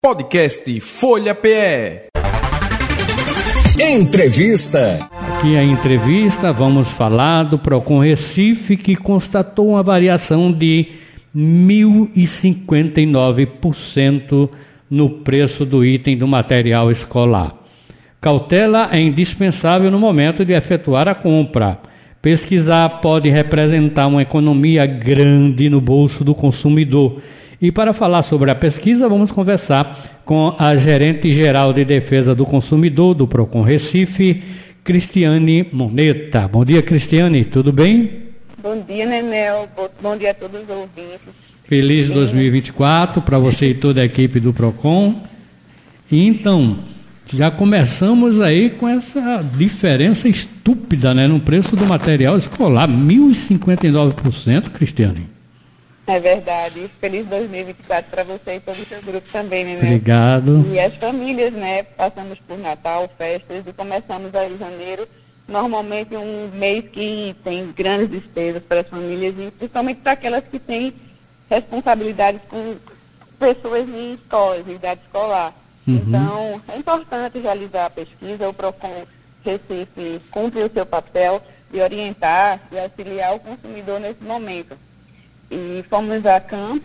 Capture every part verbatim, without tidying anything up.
Podcast Folha P E. Entrevista. Aqui a entrevista, vamos falar do Procon Recife, que constatou uma variação de mil e cinquenta e nove por cento no preço do item do material escolar. Cautela é indispensável no momento de efetuar a compra. Pesquisar pode representar uma economia grande no bolso do consumidor. E para falar sobre a pesquisa, vamos conversar com a gerente-geral de defesa do consumidor do Procon Recife, Cristiane Moneta. Bom dia, Cristiane, tudo bem? Bom dia, Nenel. Bom dia a todos os ouvintes. Feliz Sim. dois mil e vinte e quatro para você e toda a equipe do Procon. E então, já começamos aí com essa diferença estúpida, né, no preço do material escolar, mil e cinquenta e nove por cento, Cristiane. É verdade. Feliz dois mil e vinte e quatro para você e todo o seu grupo também, né? Obrigado. E as famílias, né? Passamos por Natal, festas e começamos aí em janeiro, normalmente um mês que tem grandes despesas para as famílias e principalmente para aquelas que têm responsabilidades com pessoas em escolas, em idade escolar. Uhum. Então, é importante realizar a pesquisa. O Procon Recife cumpre o seu papel de orientar e auxiliar o consumidor nesse momento. E fomos a campo,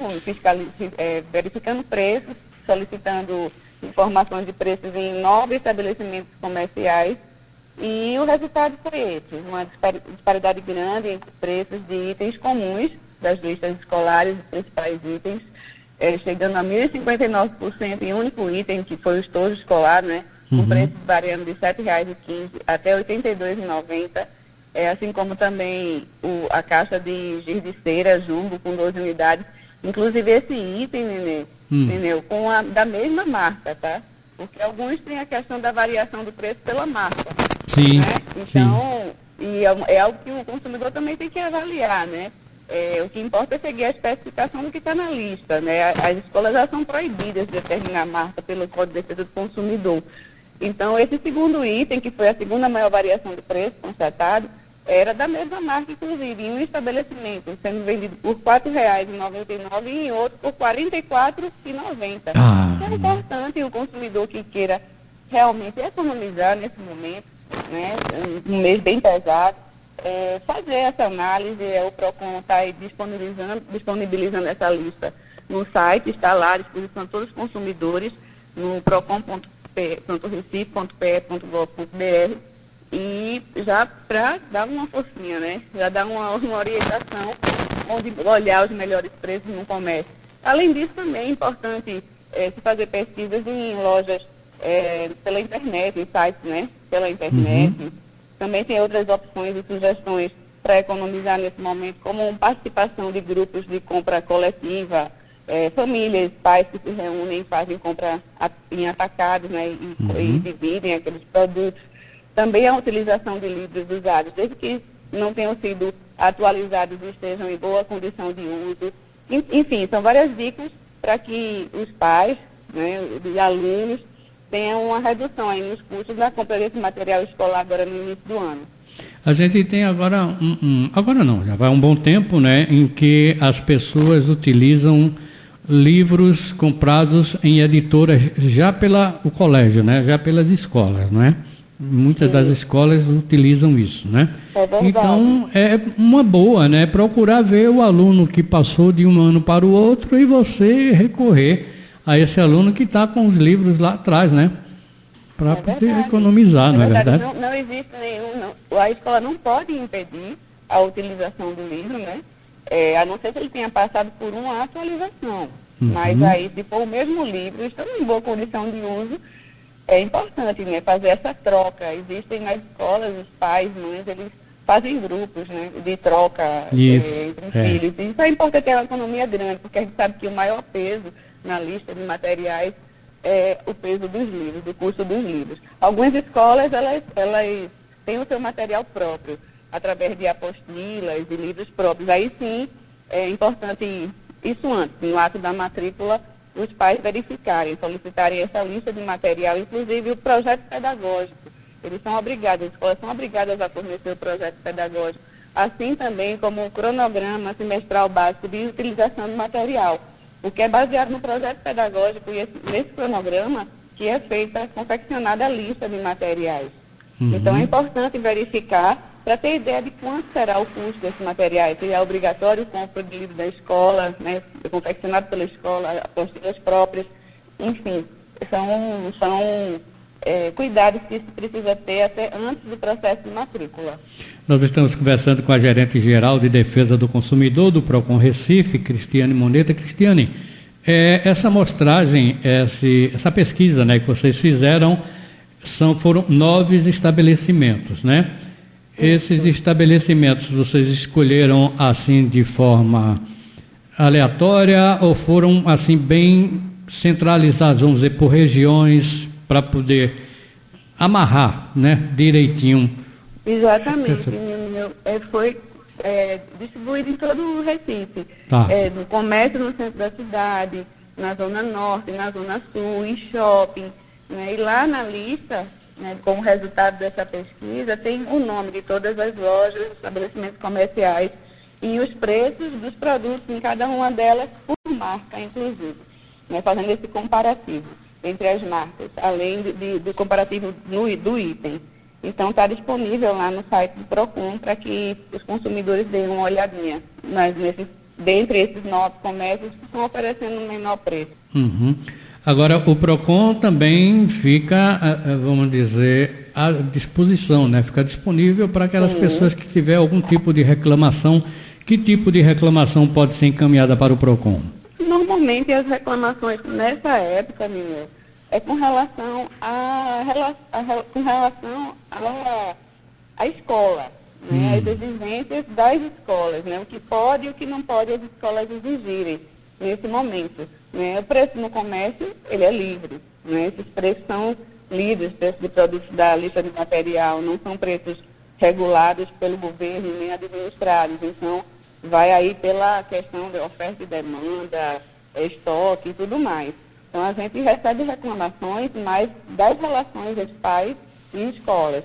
é, verificando preços, solicitando informações de preços em nove estabelecimentos comerciais. E o resultado foi esse, uma disparidade grande entre preços de itens comuns das listas escolares, dos principais itens, é, chegando a mil e cinquenta e nove por cento em um único item, que foi o estojo escolar, né, com uhum. preços variando de sete reais e quinze centavos até oitenta e dois reais e noventa centavos. É, assim como também o, a caixa de giz de cera Jumbo com doze unidades. Inclusive esse item, Nenê, hum. entendeu? Com a, da mesma marca, tá? Porque alguns têm a questão da variação do preço pela marca. Sim, né? Então, sim. E é, é algo que o consumidor também tem que avaliar, né? É, o que importa é seguir a especificação do que está na lista, né? As escolas já são proibidas de determinar a marca pelo Código de Defesa do Consumidor. Então, esse segundo item, que foi a segunda maior variação do preço constatado, era da mesma marca, inclusive, em um estabelecimento, sendo vendido por quatro reais e noventa e nove centavos e em outro por quarenta e quatro reais e noventa centavos. Ah. É importante o consumidor que queira realmente economizar nesse momento, né, um mês bem pesado, é, fazer essa análise. É, o Procon está aí disponibilizando, disponibilizando essa lista no site, está lá à disposição de todos os consumidores, no procon ponto recife ponto p e ponto gov ponto b r. E já para dar uma forcinha, né? Já dar uma, uma orientação onde olhar os melhores preços no comércio. Além disso, também é importante é, se fazer pesquisas em lojas é, pela internet, em sites, né? Pela internet. Uhum. Também tem outras opções e sugestões para economizar nesse momento, como participação de grupos de compra coletiva, é, famílias, pais que se reúnem e fazem compra em atacados, né? E, uhum. e dividem aqueles produtos. Também a utilização de livros usados, desde que não tenham sido atualizados e estejam em boa condição de uso. Enfim, são várias dicas para que os pais, né, e alunos tenham uma redução aí nos custos da compra desse material escolar agora no início do ano. A gente tem agora, um, um, agora não, já vai um bom tempo, né, em que as pessoas utilizam livros comprados em editoras já pelo colégio, né, já pelas escolas, não é? Muitas Sim. das escolas utilizam isso, né? É verdade. Então, é uma boa, né? Procurar ver o aluno que passou de um ano para o outro e você recorrer a esse aluno que está com os livros lá atrás, né? Para é poder verdade. economizar, é não é verdade? Não, não existe nenhum... Não, a escola não pode impedir a utilização do livro, né? É, a não ser que ele tenha passado por uma atualização. Uhum. Mas aí, se for o mesmo livro, estando em boa condição de uso, é importante, né, fazer essa troca. Existem nas escolas, os pais, mães, eles fazem grupos, né, de troca Isso, é, entre é. filhos. Isso é importante ter uma economia grande, porque a gente sabe que o maior peso na lista de materiais é o peso dos livros, do custo dos livros. Algumas escolas, elas, elas têm o seu material próprio, através de apostilas e livros próprios. Aí sim, é importante, isso antes, no ato da matrícula, os pais verificarem, solicitarem essa lista de material, inclusive o projeto pedagógico. Eles são obrigados, as escolas são obrigadas a fornecer o projeto pedagógico, assim também como o cronograma semestral básico de utilização do material. porque é baseado no projeto pedagógico e esse, nesse cronograma que é feita, confeccionada a lista de materiais. Uhum. Então é importante verificar para ter ideia de quanto será o custo desses materiais. Se é obrigatório compra de livro da escola, né, confeccionado pela escola, apostilas próprias, enfim, são, são é, cuidados que se precisa ter até antes do processo de matrícula. Nós estamos conversando com a gerente geral de defesa do consumidor do Procon Recife, Cristiane Moneta. Cristiane, é, essa amostragem, esse, essa pesquisa, né, que vocês fizeram, são, foram nove estabelecimentos, né? Esses estabelecimentos vocês escolheram assim de forma aleatória ou foram assim bem centralizados, vamos dizer, por regiões, para poder amarrar, né, direitinho? Exatamente, meu, é, foi é, distribuído em todo o Recife, tá. é, no comércio no centro da cidade, na zona norte, na zona sul, em shopping, né, e lá na lista, né, como resultado dessa pesquisa, tem o nome de todas as lojas, estabelecimentos comerciais e os preços dos produtos em cada uma delas por marca, inclusive, né, fazendo esse comparativo entre as marcas, além de, de, do comparativo no, do item. Então, está disponível lá no site do Procon para que os consumidores deem uma olhadinha, mas nesses, dentre esses nove comércios que estão oferecendo um menor preço. Uhum. Agora, o Procon também fica, vamos dizer, à disposição, né? Fica disponível para aquelas Sim. pessoas que tiver algum tipo de reclamação. Que tipo de reclamação pode ser encaminhada para o Procon? Normalmente, as reclamações nessa época, menino, é com relação a, a, a com relação à a, a escola, né? Hum. As exigências das escolas, né? O que pode e o que não pode as escolas exigirem nesse momento. Né? O preço no comércio, ele é livre, né? Esses preços são livres, preços de produtos da lista de material, não são preços regulados pelo governo nem administrados, então vai aí pela questão de oferta e demanda, estoque e tudo mais. Então a gente recebe reclamações, mas das relações entre pais e escolas.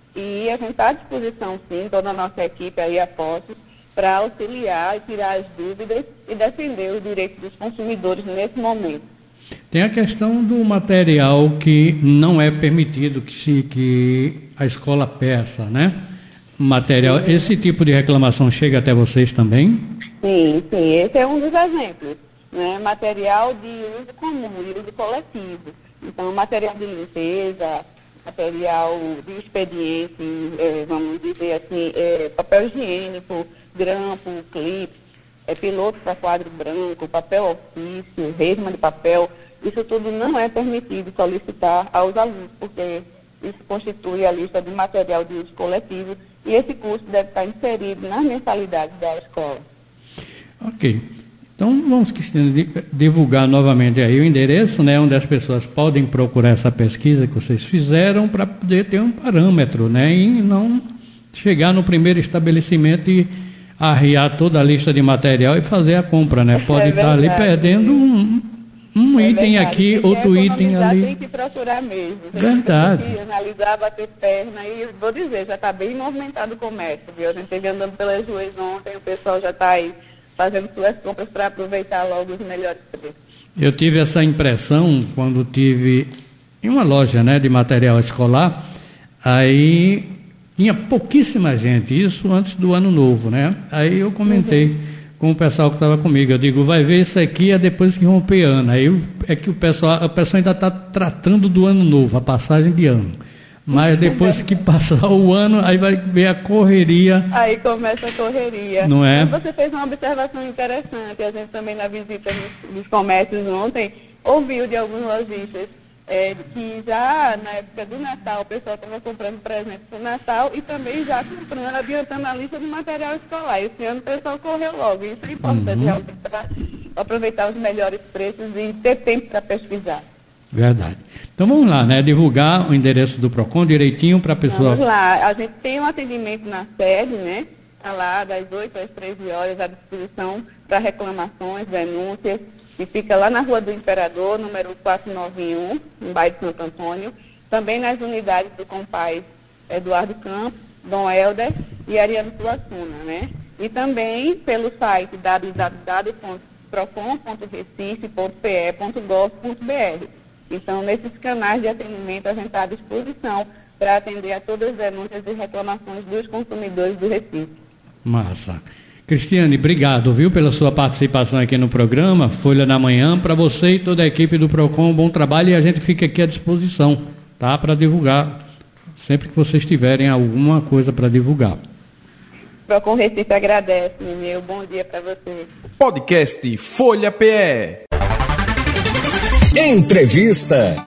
E a gente está à disposição, sim, toda a nossa equipe aí a postos, para auxiliar e tirar as dúvidas e defender os direitos dos consumidores nesse momento. Tem a questão do material que não é permitido que, se, que a escola peça, né? Material, sim. Esse tipo de reclamação chega até vocês também? Sim, sim, esse é um dos exemplos, né? Material de uso comum, de uso coletivo. Então, material de limpeza, material de expediente, é, vamos dizer assim, é, papel higiênico, grampo, clipe, é, piloto para quadro branco, papel ofício, resma de papel, isso tudo não é permitido solicitar aos alunos, porque isso constitui a lista de material de uso coletivo e esse custo deve estar inserido nas mensalidades da escola. Ok. Então vamos divulgar novamente aí o endereço, né, onde as pessoas podem procurar essa pesquisa que vocês fizeram para poder ter um parâmetro, né, e não chegar no primeiro estabelecimento e arriar toda a lista de material e fazer a compra, né? Pode é estar ali perdendo um, um é item verdade. Aqui, se outro item ali. Tem que procurar mesmo. Verdade. Tem que analisar, bater perna e vou dizer, já está bem movimentado o comércio, viu? A gente teve andando pelas ruas ontem, o pessoal já está aí fazendo suas compras para aproveitar logo os melhores preços. Eu tive essa impressão quando tive em uma loja, né, de material escolar, aí tinha pouquíssima gente, isso antes do ano novo, né? Aí eu comentei uhum. com o pessoal que estava comigo, eu digo, vai ver isso aqui é depois que romper ano. Aí eu, é que o pessoal, o pessoal ainda está tratando do ano novo, a passagem de ano. Mas depois que passar o ano, aí vai ver a correria. Aí começa a correria. Não é? Mas você fez uma observação interessante, a gente também na visita nos, nos comércios ontem, ouviu de alguns lojistas É, que já na época do Natal o pessoal estava comprando presentes para o Natal e também já comprando, adiantando a lista de material escolar. Esse ano o pessoal correu logo. Isso é importante uhum. realmente para aproveitar os melhores preços e ter tempo para pesquisar. Verdade. Então vamos lá, né? Divulgar o endereço do Procon direitinho para a pessoa. Vamos lá. A gente tem um atendimento na sede, né? Está lá das oito às treze horas à disposição para reclamações, denúncias. Que fica lá na Rua do Imperador, número quatrocentos e noventa e um, no bairro de Santo Antônio. Também nas unidades do Compaz Eduardo Campos, Dom Helder e Ariano Suassuna, né? E também pelo site w w w ponto procon ponto recife ponto p e ponto gov ponto b r. Então, nesses canais de atendimento, a gente está à disposição para atender a todas as denúncias e reclamações dos consumidores do Recife. Massa. Cristiane, obrigado, viu, pela sua participação aqui no programa Folha na Manhã. Para você e toda a equipe do PROCON, um bom trabalho, e a gente fica aqui à disposição, tá, para divulgar sempre que vocês tiverem alguma coisa para divulgar. PROCON Recife agradece, meu bom dia para você. Podcast Folha P E. Entrevista.